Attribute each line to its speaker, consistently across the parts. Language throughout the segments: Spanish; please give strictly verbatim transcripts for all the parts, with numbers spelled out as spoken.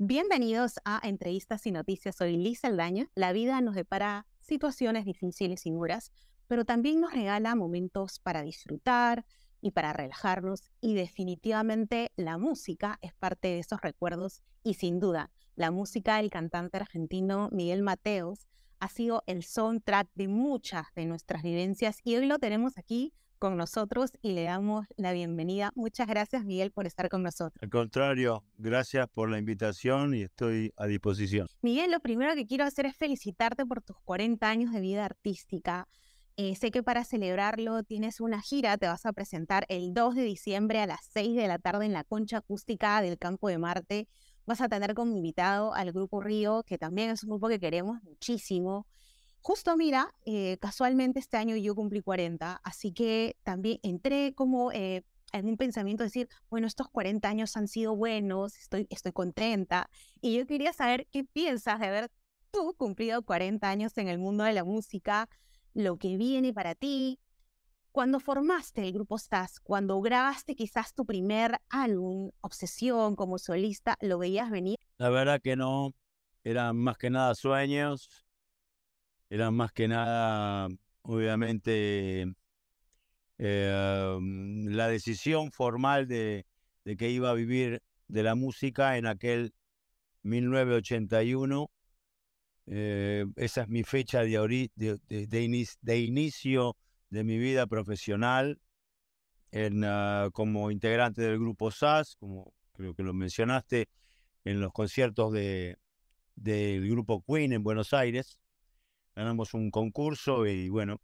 Speaker 1: Bienvenidos a Entrevistas y Noticias. Soy Liz Aldaña. La vida nos depara situaciones difíciles y duras, pero también nos regala momentos para disfrutar y para relajarnos. Y definitivamente la música es parte de esos recuerdos. Y sin duda, la música del cantante argentino Miguel Mateos ha sido el soundtrack de muchas de nuestras vivencias. Y hoy lo tenemos aquí con nosotros y le damos la bienvenida. Muchas gracias, Miguel, por estar con nosotros.
Speaker 2: Al contrario, gracias por la invitación y estoy a disposición.
Speaker 1: Miguel, lo primero que quiero hacer es felicitarte por tus cuarenta años de vida artística. Eh, sé que para celebrarlo tienes una gira, te vas a presentar el dos de diciembre a las seis de la tarde en la Concha Acústica del Campo de Marte. Vas a tener como invitado al Grupo Río, que también es un grupo que queremos muchísimo. Justo mira, eh, casualmente este año yo cumplí cuarenta, así que también entré como eh, en un pensamiento de decir, bueno, estos cuarenta años han sido buenos, estoy, estoy contenta, y yo quería saber qué piensas de haber tú cumplido cuarenta años en el mundo de la música, lo que viene para ti. Cuando formaste el grupo Staz, cuando grabaste quizás tu primer álbum, Obsesión, como solista, ¿lo veías venir?
Speaker 2: La verdad que no, eran más que nada sueños, eran más que nada, obviamente, eh, la decisión formal de, de que iba a vivir de la música en aquel mil novecientos ochenta y uno. Eh, esa es mi fecha de, ori de, de, de, inicio, de inicio de mi vida profesional en, uh, como integrante del grupo Staz, como creo que lo mencionaste, en los conciertos de, del grupo Queen en Buenos Aires. Ganamos un concurso y bueno,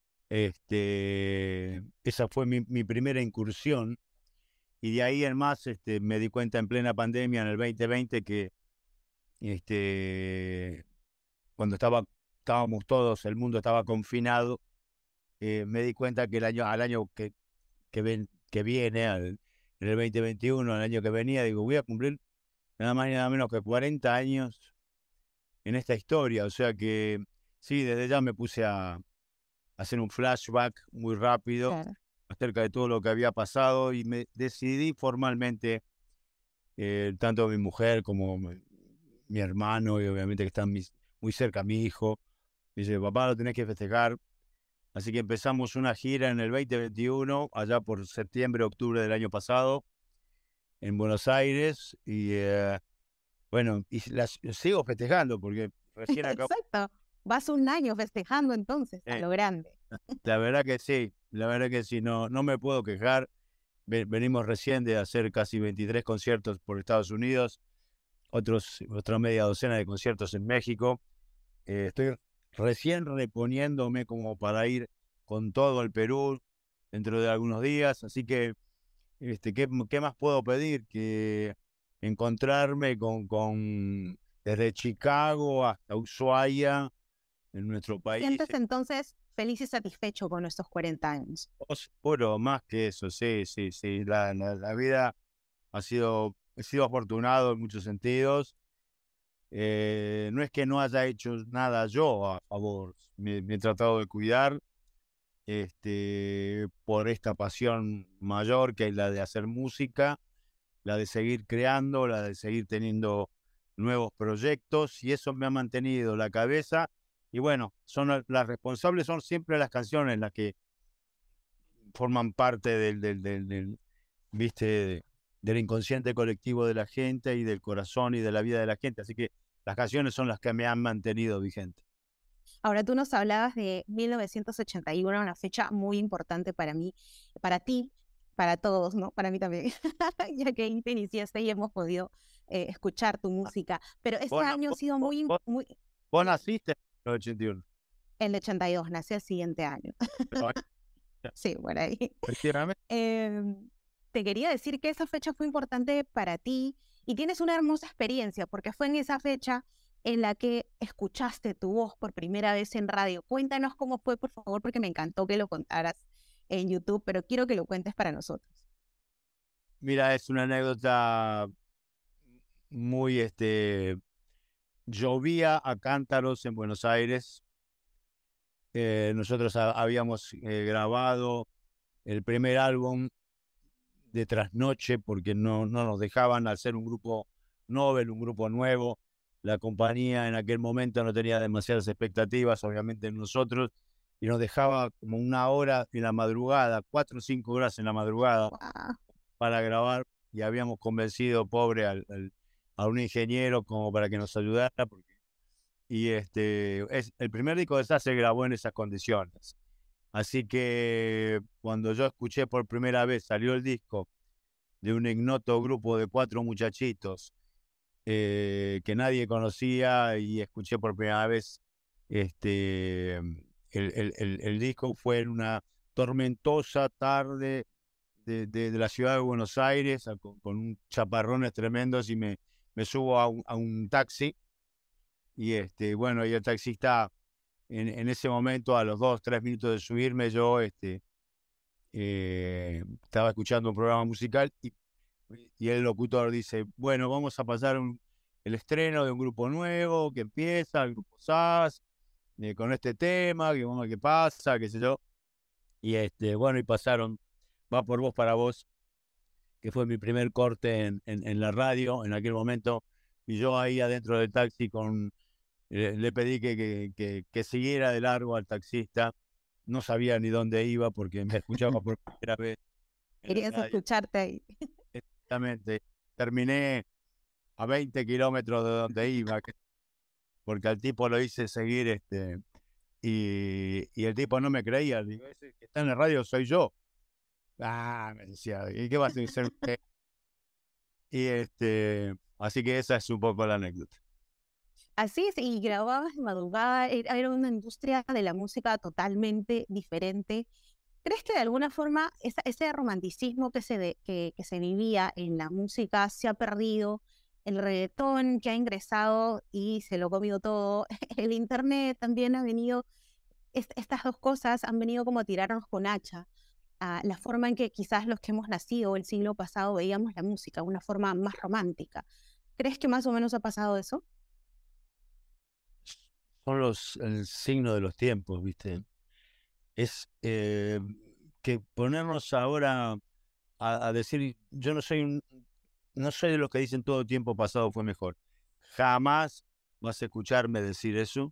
Speaker 2: este, esa fue mi, mi primera incursión. Y de ahí en más este, me di cuenta en plena pandemia, en el veinte veinte, que este, cuando estaba, estábamos todos, el mundo estaba confinado, eh, me di cuenta que el año, al año que, que, ven, que viene, al, en el veinte veintiuno, el año que venía, digo, voy a cumplir nada más y nada menos que cuarenta años en esta historia. O sea que sí, desde ya me puse a, a hacer un flashback muy rápido,
Speaker 1: Claro.
Speaker 2: acerca de todo lo que había pasado y me decidí formalmente, eh, tanto mi mujer como mi, mi hermano y obviamente que están mis, muy cerca mi hijo, dice, papá, lo tenés que festejar. Así que empezamos una gira en el veinte veintiuno, allá por septiembre, octubre del año pasado, en Buenos Aires, y eh, bueno, y las sigo festejando porque recién acabo.
Speaker 1: Exacto. Vas un año festejando entonces, a
Speaker 2: Eh,
Speaker 1: lo grande.
Speaker 2: la verdad que sí, la verdad que sí, no, no me puedo quejar. Venimos recién de hacer casi veintitrés conciertos por Estados Unidos, otros, otra media docena de conciertos en México. Eh, estoy recién reponiéndome como para ir con todo el Perú dentro de algunos días, así que este, ¿qué, qué más puedo pedir? Que encontrarme con, con desde Chicago hasta Ushuaia en nuestro
Speaker 1: ¿Te
Speaker 2: país.
Speaker 1: sientes entonces feliz y satisfecho con estos cuarenta años?
Speaker 2: Bueno, más que eso, sí, sí, sí. La, la, la vida ha sido, he sido afortunado en muchos sentidos. Eh, no es que no haya hecho nada yo a favor, me, me he tratado de cuidar este, por esta pasión mayor que es la de hacer música, la de seguir creando, la de seguir teniendo nuevos proyectos, y eso me ha mantenido la cabeza. Y bueno, son las responsables son siempre las canciones las que forman parte del, del, del, del viste, del inconsciente colectivo de la gente y del corazón y de la vida de la gente. Así que las canciones son las que me han mantenido vigente.
Speaker 1: Ahora tú nos hablabas de mil novecientos ochenta y uno, una fecha muy importante para mí, para ti, para todos, ¿no? Para mí también, ya que ahí te iniciaste y hemos podido eh, escuchar tu música. Pero este
Speaker 2: Vos,
Speaker 1: año ha
Speaker 2: vos,
Speaker 1: sido muy,
Speaker 2: vos,
Speaker 1: muy...
Speaker 2: vos naciste en el ochenta y uno.
Speaker 1: El ochenta y dos, nací el siguiente año.
Speaker 2: Pero,
Speaker 1: Sí, por ahí.
Speaker 2: efectivamente.
Speaker 1: Eh, te quería decir que esa fecha fue importante para ti y tienes una hermosa experiencia porque fue en esa fecha en la que escuchaste tu voz por primera vez en radio. Cuéntanos cómo fue, por favor, porque me encantó que lo contaras en YouTube, pero quiero que lo cuentes para nosotros.
Speaker 2: Mira, es una anécdota muy, este, llovía a cántaros en Buenos Aires. Eh, nosotros ha, habíamos eh, grabado el primer álbum de trasnoche porque no, no nos dejaban al ser un grupo Nobel, un grupo nuevo. La compañía en aquel momento no tenía demasiadas expectativas, obviamente, en nosotros, y nos dejaba como una hora en la madrugada, cuatro o cinco horas en la madrugada
Speaker 1: Guau.
Speaker 2: para grabar, y habíamos convencido, pobre, al, al- a un ingeniero como para que nos ayudara, porque, y este, es, el primer disco de Sa se grabó en esas condiciones. Así que cuando yo escuché por primera vez, salió el disco de un ignoto grupo de cuatro muchachitos eh, que nadie conocía, y escuché por primera vez este, el, el- el- el disco, fue en una tormentosa tarde de, de- de la ciudad de Buenos Aires, a- con, con un chaparrones tremendos, y me, me subo a un, a un taxi, y este, bueno, y el taxista en, en ese momento, a los dos, tres minutos de subirme, yo este, eh, estaba escuchando un programa musical, y, y el locutor dice, bueno, vamos a pasar un- el estreno de un grupo nuevo que empieza, el grupo S A S, eh, con este tema, que bueno, qué pasa, qué sé yo. Y este, bueno, y pasaron Va por vos para vos, que fue mi primer corte en, en, en la radio en aquel momento, y yo ahí adentro del taxi con, eh, le pedí que, que, que, que siguiera de largo al taxista. No sabía ni dónde iba porque me escuchaba por primera vez en la
Speaker 1: Querías
Speaker 2: radio.
Speaker 1: escucharte ahí.
Speaker 2: Exactamente. Terminé a veinte kilómetros de donde iba, que- porque al tipo lo hice seguir, este, y, y el tipo no me creía. Digo, ese que está en la radio soy yo. Ah, me decía, ¿y qué vas a hacer usted? Y este, así que esa es un poco la anécdota.
Speaker 1: Así es, y grababas de madrugada, era era una industria de la música totalmente diferente. ¿Crees que de alguna forma esa- ese romanticismo que se, de- que, que se vivía en la música se ha perdido? El reggaetón que ha ingresado y se lo ha comido todo, el internet también ha venido, est- estas dos cosas han venido como a tirarnos con hacha a la forma en que quizás los que hemos nacido el siglo pasado veíamos la música, una forma más romántica. ¿Crees que más o menos ha pasado eso?
Speaker 2: Son los, el signo de los tiempos, ¿viste? Es eh, que ponernos ahora a, a decir, yo no soy un, no soy de los que dicen todo tiempo pasado fue mejor. Jamás vas a escucharme decir eso.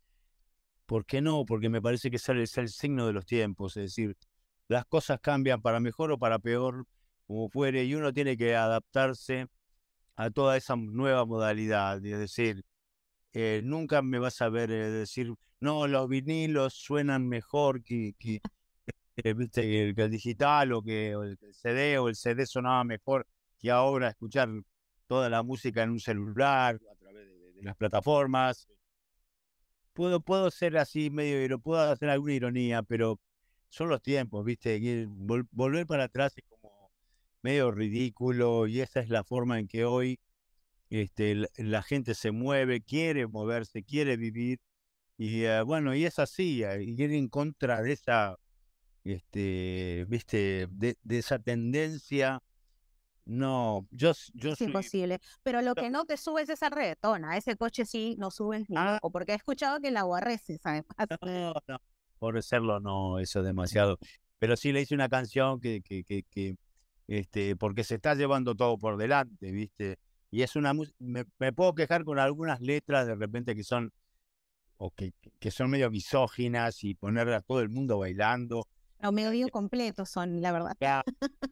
Speaker 2: ¿Por qué no? Porque me parece que es el, es el signo de los tiempos, es decir, las cosas cambian para mejor o para peor, como fuere, y uno tiene que adaptarse a toda esa nueva modalidad. Es decir, eh, nunca me vas a ver eh, decir, no, los vinilos suenan mejor que, que, eh, viste, que el, que el digital, o que o el C D, o el C D sonaba mejor que ahora escuchar toda la música en un celular, a través de, de- de las plataformas. Puedo, puedo ser así medio, iro- puedo hacer alguna ironía, pero son los tiempos, ¿viste? Que vol- volver para atrás es como medio ridículo, y esa es la forma en que hoy este, la, la gente se mueve, quiere moverse, quiere vivir, y eh, bueno, y es así, eh, y ir en contra de esa, este, ¿viste? De, de esa tendencia. No, yo, s- yo
Speaker 1: Es
Speaker 2: soy...
Speaker 1: imposible. Pero lo que no te subes es esa reggaetona. Ese coche sí no subes ni
Speaker 2: Ah,
Speaker 1: loco, porque he escuchado que la aborreces, además.
Speaker 2: no, no, por serlo, no, eso es demasiado. Pero sí le hice una canción que, que, que, que, este, porque se está llevando todo por delante, ¿viste? Y es una música, me, me puedo quejar con algunas letras de repente que son, o que, que son medio misóginas, y poner a todo el mundo bailando,
Speaker 1: Los
Speaker 2: y ahí
Speaker 1: medio completos son, la verdad.
Speaker 2: ya,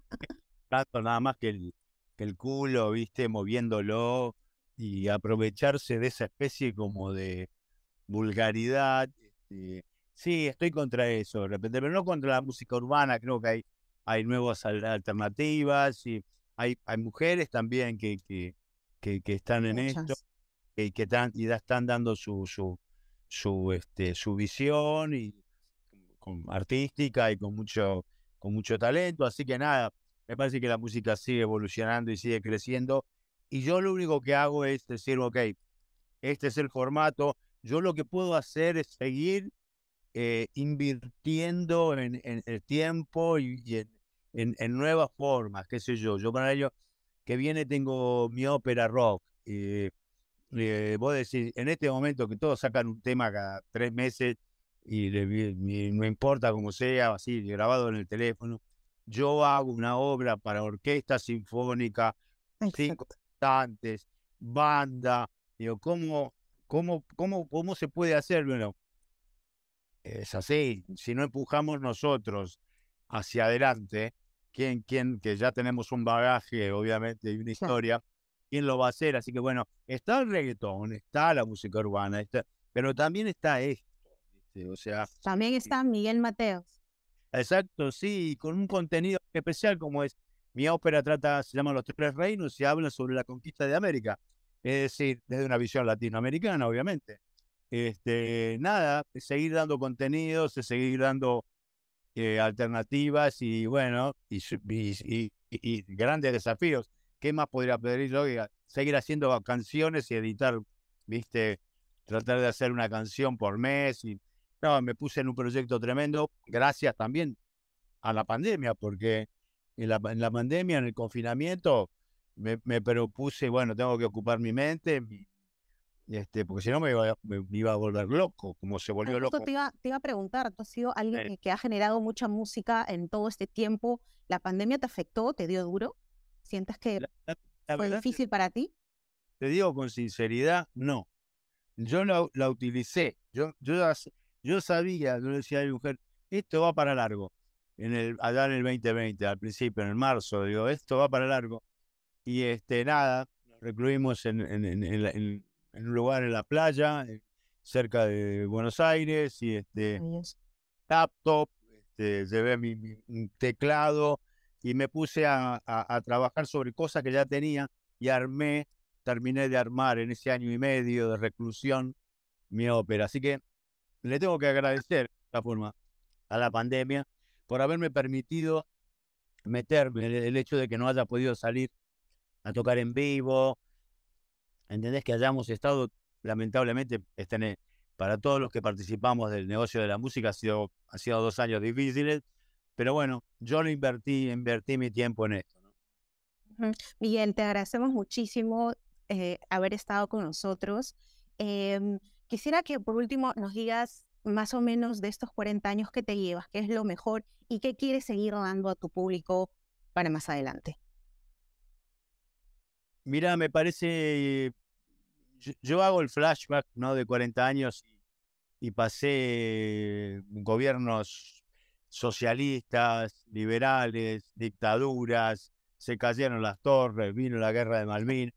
Speaker 2: tanto nada más que el, que el culo, ¿viste? Moviéndolo, y aprovecharse de esa especie como de vulgaridad. Este, sí, estoy contra eso de repente, pero no contra la música urbana. Creo que hay, hay nuevas al- alternativas, y hay, hay mujeres también que, que, que, que están en esto,
Speaker 1: Muchas.
Speaker 2: y que están, y da- están dando su, su, su, este, su visión, y con, artística, y con mucho, con mucho talento. Así que nada, me parece que la música sigue evolucionando y sigue creciendo. Y yo lo único que hago es decir, ok, este es el formato. Yo lo que puedo hacer es seguir eh, invirtiendo en, en el tiempo, y, y en, en, en nuevas formas, qué sé yo. Yo para ello que viene tengo mi ópera rock. Eh, eh, vos decís, en este momento que todos sacan un tema cada tres meses, y, le, y no importa cómo sea, así grabado en el teléfono, yo hago una obra para orquesta sinfónica, cinco
Speaker 1: Exacto.
Speaker 2: cantantes, banda. Digo, ¿cómo, cómo, cómo, cómo se puede hacer? Bueno, es así. Si no empujamos nosotros hacia adelante, ¿quién, quién, que ya tenemos un bagaje, obviamente, y una
Speaker 1: Claro.
Speaker 2: historia, quién lo va a hacer? Así que bueno, está el reggaetón, está la música urbana, está, pero también está esto, ¿viste? O sea,
Speaker 1: También está Miguel Mateos.
Speaker 2: exacto, sí, con un contenido especial como es mi ópera trata, se llama Los Tres Reinos y habla sobre la conquista de América. Es decir, desde una visión latinoamericana, obviamente. Este, nada, es seguir dando contenidos, es seguir dando eh, alternativas y bueno, y, su- y- y- y- y grandes desafíos. ¿Qué más podría pedir yo? Que seguir haciendo canciones y editar, viste, tratar de hacer una canción por mes. Y no, me puse en un proyecto tremendo, gracias también a la pandemia, porque en la, en la pandemia, en el confinamiento, me, me propuse, bueno, tengo que ocupar mi mente, mi- este, porque si no me iba, a- me, me iba a volver loco, como se
Speaker 1: Ah,
Speaker 2: volvió
Speaker 1: justo
Speaker 2: loco.
Speaker 1: te iba, te iba a preguntar, tú has sido alguien
Speaker 2: Eh,
Speaker 1: que, que ha generado mucha música en todo este tiempo. ¿La pandemia te afectó? ¿Te dio duro? ¿Sientes que
Speaker 2: La, la- la
Speaker 1: fue
Speaker 2: verdad, te,
Speaker 1: difícil para ti?
Speaker 2: te digo con sinceridad, no. Yo la, la utilicé, yo, yo, ya s- yo sabía, yo le decía a mi mujer, esto va para largo. En el, allá en el dos mil veinte, al principio, en el marzo, digo, esto va para largo. Y este, nada, nos recluimos en, en, en, en la- en- en un lugar en la playa, eh, cerca de Buenos Aires, y este,
Speaker 1: Maravilloso.
Speaker 2: laptop, este, llevé mi, mi- un teclado y me puse a, a- a trabajar sobre cosas que ya tenía y armé, terminé de armar en ese año y medio de reclusión mi ópera. Así que le tengo que agradecer de esta forma a la pandemia por haberme permitido meterme el, el hecho de que no haya podido salir a tocar en vivo. ¿Entendés? Que hayamos estado, lamentablemente, este, para todos los que participamos del negocio de la música, ha sido, ha sido dos años difíciles, pero bueno, yo lo invertí, invertí mi tiempo en esto, ¿no?
Speaker 1: Ujú. Miguel, te agradecemos muchísimo eh, haber estado con nosotros. Em, Quisiera que por último nos digas más o menos de estos cuarenta años que te llevas, qué es lo mejor y qué quieres seguir dando a tu público para más adelante.
Speaker 2: Mira, me parece, yo, yo hago el flashback, ¿no? De cuarenta años y, y pasé gobiernos socialistas, liberales, dictaduras, se cayeron las torres, vino la guerra de Malvinas.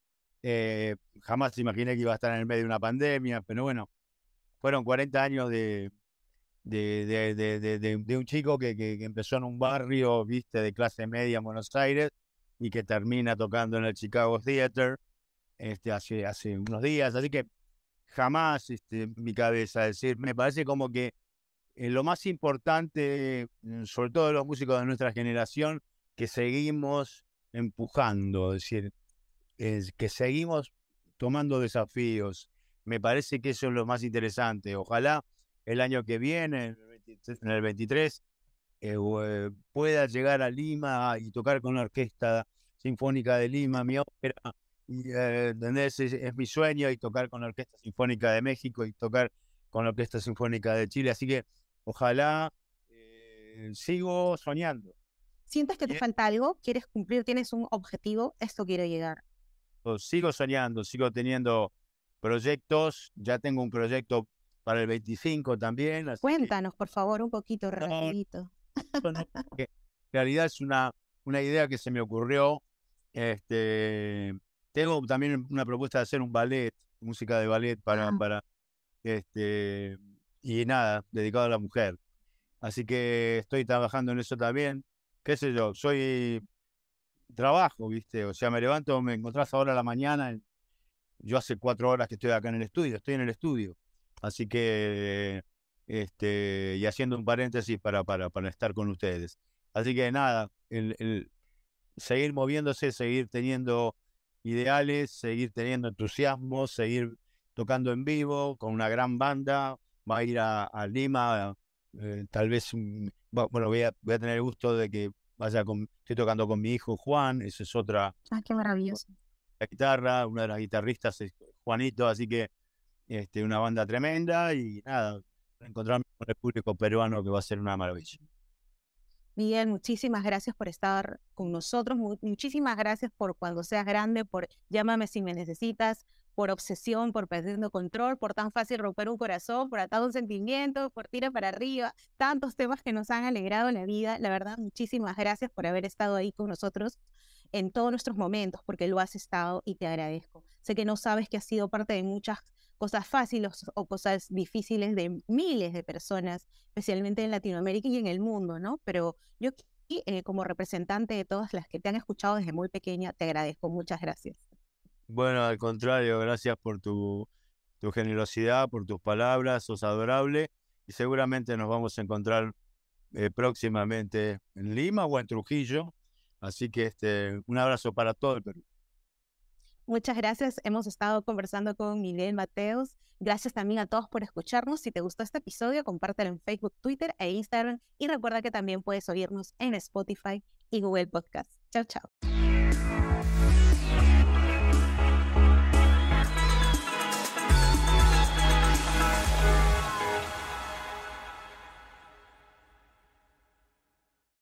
Speaker 2: Eh, jamás imaginé que iba a estar en el medio de una pandemia, pero bueno, fueron cuarenta años de, de, de, de, de, de- de un chico que, que, que empezó en un barrio, viste, de clase media en Buenos Aires y que termina tocando en el Chicago Theater este, hace, hace unos días. Así que jamás este, mi cabeza, es decir, me parece como que eh, lo más importante, mm, sobre todo los músicos de nuestra generación, que seguimos empujando, es decir, es que seguimos tomando desafíos. Me parece que eso es lo más interesante. Ojalá el año que viene, en el veintitrés, en el veintitrés, eh, o, eh, pueda llegar a Lima y tocar con la Orquesta Sinfónica de Lima, mi ópera. Y, eh, ¿entendés? Es, es mi sueño y tocar con la Orquesta Sinfónica de México y tocar con la Orquesta Sinfónica de Chile. Así que ojalá eh, sigo soñando.
Speaker 1: ¿Sientes que te
Speaker 2: Y
Speaker 1: falta algo? ¿Quieres cumplir? ¿Tienes un objetivo? Esto quiero llegar.
Speaker 2: sigo soñando, sigo teniendo proyectos, ya tengo un proyecto para el veinticinco también, así que
Speaker 1: Cuéntanos, por favor, un poquito,
Speaker 2: no,
Speaker 1: rapidito.
Speaker 2: no, no, que en realidad es una, una idea que se me ocurrió. Este, tengo también una propuesta de hacer un ballet, música de ballet para,
Speaker 1: Ah,
Speaker 2: para, este, y nada, dedicado a la mujer. Así que estoy trabajando en eso también. Qué sé yo, soy trabajo, ¿viste? O sea, me levanto, me encontrás ahora a la mañana. Yo hace cuatro horas que estoy acá en el estudio, estoy en el estudio. Así que, este, y haciendo un paréntesis para, para, para estar con ustedes. Así que nada, el, el seguir moviéndose, seguir teniendo ideales, seguir teniendo entusiasmo, seguir tocando en vivo con una gran banda. Va a ir a, a Lima, eh, tal vez, mm, va- bueno, voy a, voy a tener el gusto de que vaya con, estoy tocando con mi hijo Juan, esa es otra
Speaker 1: ah, qué maravilloso.
Speaker 2: la guitarra, una de las guitarristas es Juanito, así que este, una banda tremenda y nada, encontrarme con el público peruano que va a ser una maravilla.
Speaker 1: Miguel, muchísimas gracias por estar con nosotros, mu- muchísimas gracias por cuando seas grande, por llámame si me necesitas, por obsesión, por perdiendo control, por tan fácil romper un corazón, por atar un sentimiento, por tira para arriba, tantos temas que nos han alegrado la vida. La verdad, muchísimas gracias por haber estado ahí con nosotros en todos nuestros momentos, porque lo has estado y te agradezco. Sé que no sabes que has sido parte de muchas cosas fáciles o cosas difíciles de miles de personas, especialmente en Latinoamérica y en el mundo, ¿no? Pero yo aquí, eh, como representante de todas las que te han escuchado desde muy pequeña, te agradezco. Muchas gracias.
Speaker 2: Bueno, al contrario, gracias por tu, tu generosidad, por tus palabras, sos adorable y seguramente nos vamos a encontrar eh, próximamente en Lima o en Trujillo. Así que este, un abrazo para todo el Perú.
Speaker 1: Muchas gracias. Hemos estado conversando con Miguel Mateos. Gracias también a todos por escucharnos. Si te gustó este episodio, compártelo en Facebook, Twitter e Instagram. Y recuerda que también puedes oírnos en Spotify y Google Podcast. Chao, chao.